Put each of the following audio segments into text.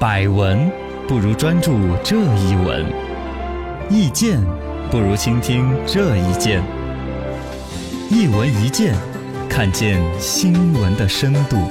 百闻不如专注这一闻，意见不如倾听这一见。一闻一见，看见新闻的深度。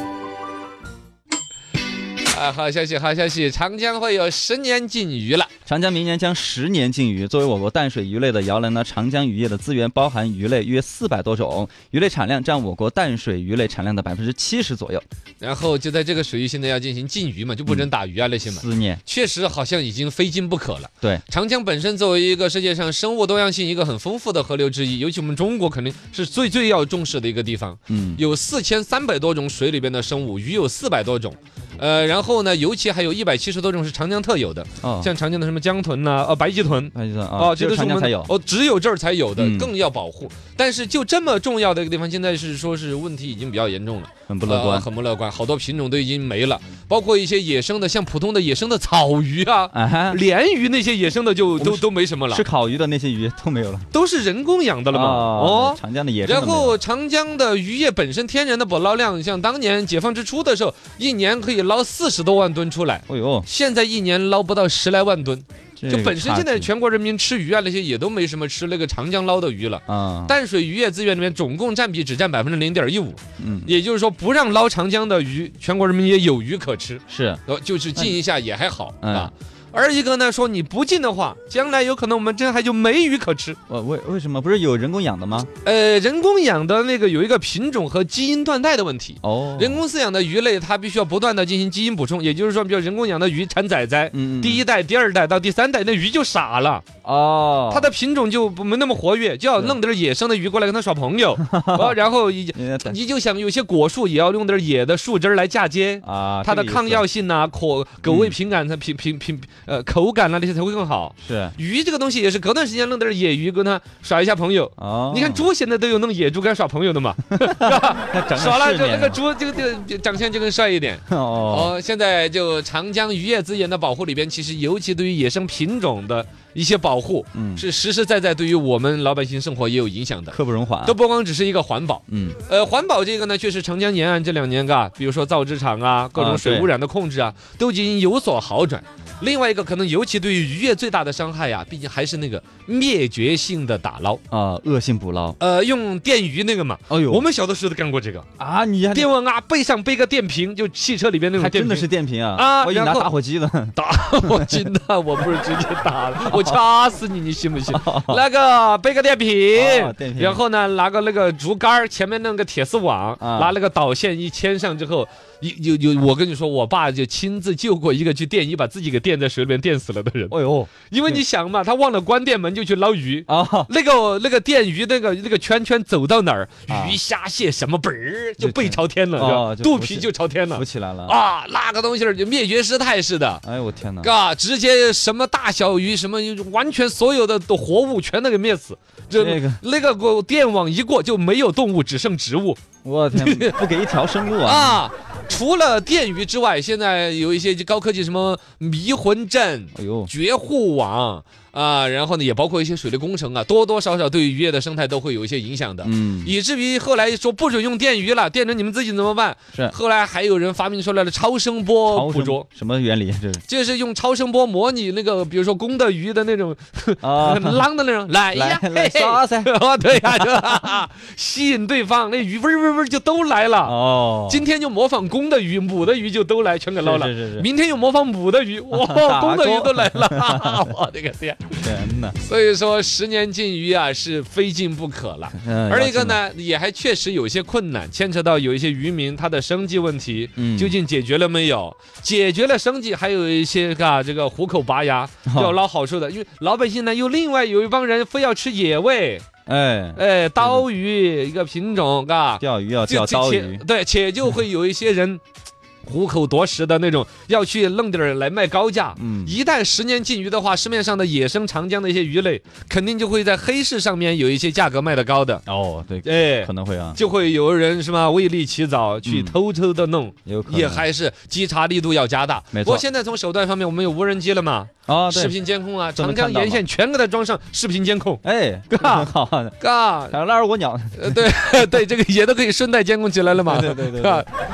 好消息，好消息！长江会有10年禁渔了。 长江明年将10年禁渔。作为我国淡水鱼类的摇篮呢，长江渔业的资源包含鱼类约400多种，鱼类产量占我国淡水鱼类产量的70%左右。 然后就在这个水域现在要进行禁渔嘛，就不准打鱼啊那些嘛。 4年， 确实好像已经非禁不可了。 对， 长江本身作为一个世界上生物多样性一个很丰富的河流之一，尤其我们中国肯定是最要重视的一个地方。有4300多种水里边的生物，鱼有400多种。然后呢，尤其还有170多种是长江特有的，像长江的什么江豚呐、白鳍豚，这都是我们只有这儿才有的，更要保护。但是就这么重要的一个地方，现在是说是问题已经比较严重了， 很不乐观， 很不乐观，好多品种都已经没了，包括一些野生的，像普通的野生的草鱼啊、鲢鱼那些野生的就都没什么了， 吃烤鱼的那些鱼都没有了， 都是人工养的了嘛。 长江的野生。 然后长江的渔业本身天然的捕捞量，像当年解放之初的时候，一年可以捞40多万吨出来，现在一年捞不到10来万吨。就本身现在全国人民吃鱼啊那些也都没什么吃那个长江捞的鱼了。淡水渔业资源里面总共占比只占0.15%。也就是说不让捞长江的鱼，全国人民也有鱼可吃。 是， 就是禁一下也还好啊。而一个呢，说你不禁的话，将来有可能我们真还就没鱼可吃。 为什么？不是有人工养的吗？ 人工养的那个有一个品种和基因断代的问题。人工饲养的鱼类，它必须要不断的进行基因补充，也就是说，比如人工养的鱼产崽崽，第1代、第2代到第3代，那鱼就傻了。它的品种就没那么活跃，就要弄点野生的鱼过来跟它耍朋友。然后你就想有些果树也要用点野的树枝来嫁接它的抗药性呐、口味品感、口感啊那些才会更好。 是鱼这个东西也是隔段时间弄点野鱼跟它耍一下朋友。你看猪现在都有弄野猪跟它耍朋友的嘛，耍了就那个猪就长相就更帅一点。现在就长江渔业资源的保护里边，其实尤其对于野生品种的一些保护，是实实在在对于我们老百姓生活也有影响的， 刻不容缓。 都不光只是一个环保。环保这个呢，确实长江沿岸这2年比如说造纸厂啊，各种水污染的控制啊，都已经有所好转。另外一个可能尤其对于渔业最大的伤害呀，毕竟还是那个灭绝性的打捞恶性捕捞。 用电鱼那个嘛。我们小的时候都干过这个你电网背上背个电瓶，就汽车里边那种电瓶，还真的是电瓶我以为拿打火机的。 打火机那我不是直接打了，我掐死你，你信不信？那个背个电瓶，然后呢拿个那个竹竿，前面弄个铁丝网，拿那个导线一牵上之后，我跟你说，我爸就亲自救过一个去电鱼把自己给电在水里面电死了的人。因为你想嘛，他忘了关电门就去捞鱼那个电鱼那个圈圈走到哪儿，鱼虾蟹什么就背朝天了，肚皮就朝天了， 浮起来了那个东西就灭绝师太似的。 哎呦我天哪！ 直接什么大小鱼什么完全所有的活物全都给灭死。那个电网一过就没有动物，只剩植物。 我天，不给一条生路除了电鱼之外，现在有一些高科技，什么迷魂阵、绝户网然后呢，也包括一些水利工程多多少少对渔业的生态都会有一些影响的。以至于后来说不准用电鱼了，电成你们自己怎么办？后来还有人发明出来了超声波捕捉。 什么原理？ 这是用超声波模拟那个，比如说公的鱼的那种浪的那种，来刷噻。 对呀，吸引对方，那鱼嗡就都来了。今天就模仿公的鱼，母的鱼就都来，全给捞了。明天又模仿母的鱼，公的鱼都来了。我的个天！ 天哪！ 所以说10年禁渔是非禁不可了。而一个呢，也还确实有些困难，牵扯到有一些渔民他的生计问题，究竟解决了没有？解决了生计，还有一些这个虎口拔牙要捞好处的，因为老百姓呢又另外有一帮人非要吃野味。刀鱼一个品种， 钓鱼要钓刀鱼， 对，且就会有一些人虎口夺食的那种，要去弄点儿来卖高价。一旦10年禁渔的话，市面上的野生长江的一些鱼类，肯定就会在黑市上面有一些价格卖得高的。 对，可能会就会有人为利其早去偷的弄，也还是稽查力度要加大。 没错。 不过现在从手段方面，我们有无人机了嘛？视频监控长江沿线全给它装上视频监控。 好， 还有拉二蜗鸟。 对，这个也都可以顺带监控起来了嘛。 对。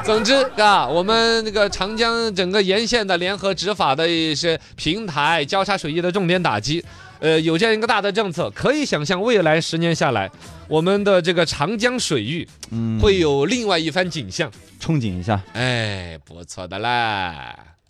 总之，我们那个长江整个沿线的联合执法的一些平台，交叉水域的重点打击。有这样一个大的政策，可以想象未来10年下来，我们的这个长江水域，会有另外一番景象。 憧憬一下， 哎，不错的啦。